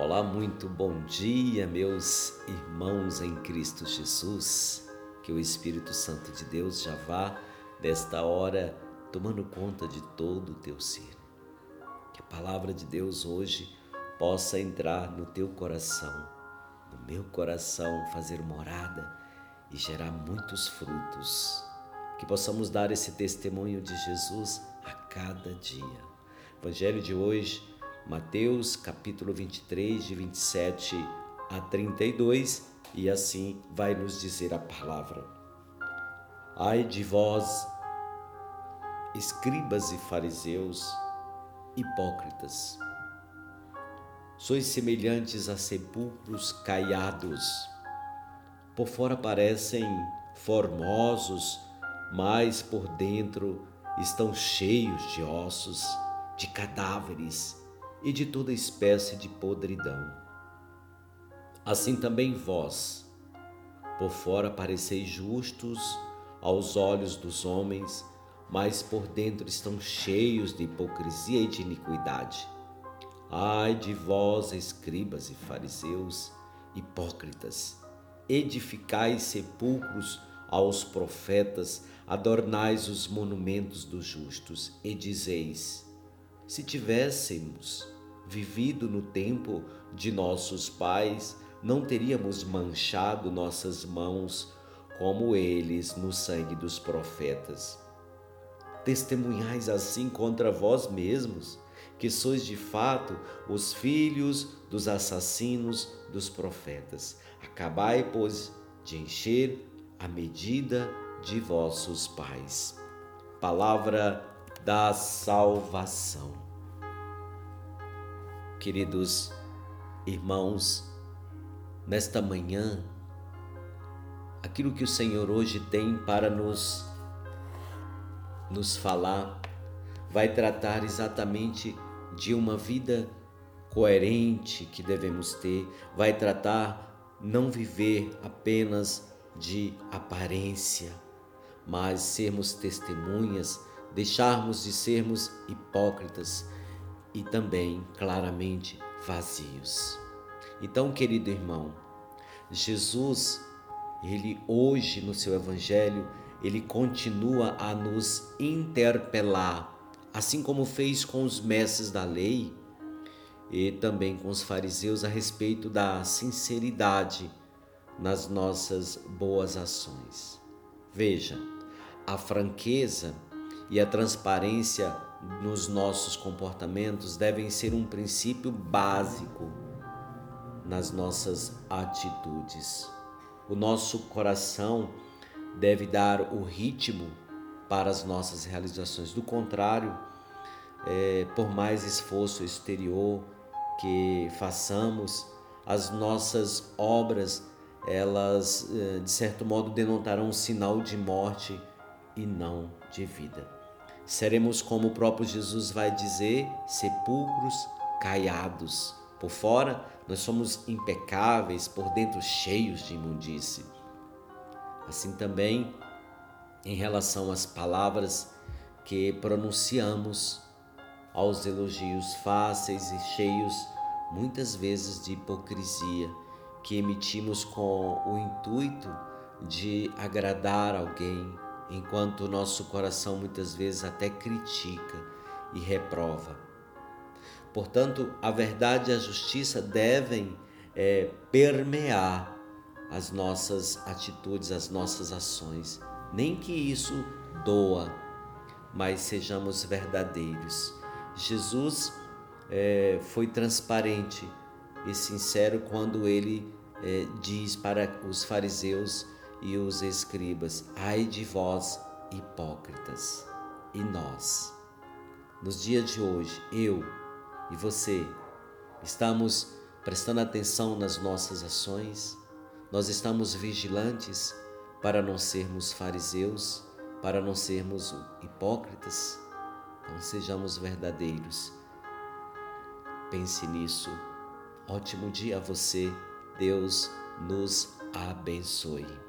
Olá, muito bom dia, meus irmãos em Cristo Jesus. Que o Espírito Santo de Deus já vá, nesta hora, tomando conta de todo o teu ser. Que a palavra de Deus hoje possa entrar no teu coração, no meu coração, fazer morada e gerar muitos frutos. Que possamos dar esse testemunho de Jesus a cada dia. Evangelho de hoje, Mateus capítulo 23, de 27 a 32, e assim vai nos dizer a palavra. Ai de vós, escribas e fariseus, hipócritas, sois semelhantes a sepulcros caiados. Por fora parecem formosos, mas por dentro estão cheios de ossos, de cadáveres e de toda espécie de podridão. Assim também vós, por fora pareceis justos aos olhos dos homens, mas por dentro estão cheios de hipocrisia e de iniquidade. Ai de vós, escribas e fariseus, hipócritas, edificais sepulcros aos profetas, adornais os monumentos dos justos, e dizeis: se tivéssemos vivido no tempo de nossos pais, não teríamos manchado nossas mãos como eles no sangue dos profetas. Testemunhais assim contra vós mesmos, que sois de fato os filhos dos assassinos dos profetas. Acabai, pois, de encher a medida de vossos pais. Palavra da salvação. Queridos irmãos, nesta manhã, aquilo que o Senhor hoje tem para nos falar vai tratar exatamente de uma vida coerente que devemos ter, vai tratar não viver apenas de aparência, mas sermos testemunhas, deixarmos de sermos hipócritas e também claramente vazios. Então, querido irmão, Jesus, ele hoje no seu evangelho, ele continua a nos interpelar, assim como fez com os mestres da lei e também com os fariseus, a respeito da sinceridade nas nossas boas ações. Veja, a franqueza e a transparência nos nossos comportamentos devem ser um princípio básico nas nossas atitudes. O nosso coração deve dar o ritmo para as nossas realizações. Do contrário, por mais esforço exterior que façamos, as nossas obras, elas de certo modo denotarão um sinal de morte e não de vida. Seremos, como o próprio Jesus vai dizer, sepulcros caiados. Por fora nós somos impecáveis, por dentro cheios de imundície. Assim também em relação às palavras que pronunciamos, aos elogios fáceis e cheios muitas vezes de hipocrisia, que emitimos com o intuito de agradar alguém, enquanto o nosso coração muitas vezes até critica e reprova. Portanto, a verdade e a justiça devem permear as nossas atitudes, as nossas ações. Nem que isso doa, mas sejamos verdadeiros. Jesus foi transparente e sincero quando ele diz para os fariseus e os escribas: ai de vós, hipócritas. E nós, nos dias de hoje, eu e você, estamos prestando atenção nas nossas ações? Nós estamos vigilantes para não sermos fariseus, para não sermos hipócritas? Então sejamos verdadeiros. Pense nisso. Ótimo dia a você. Deus nos abençoe.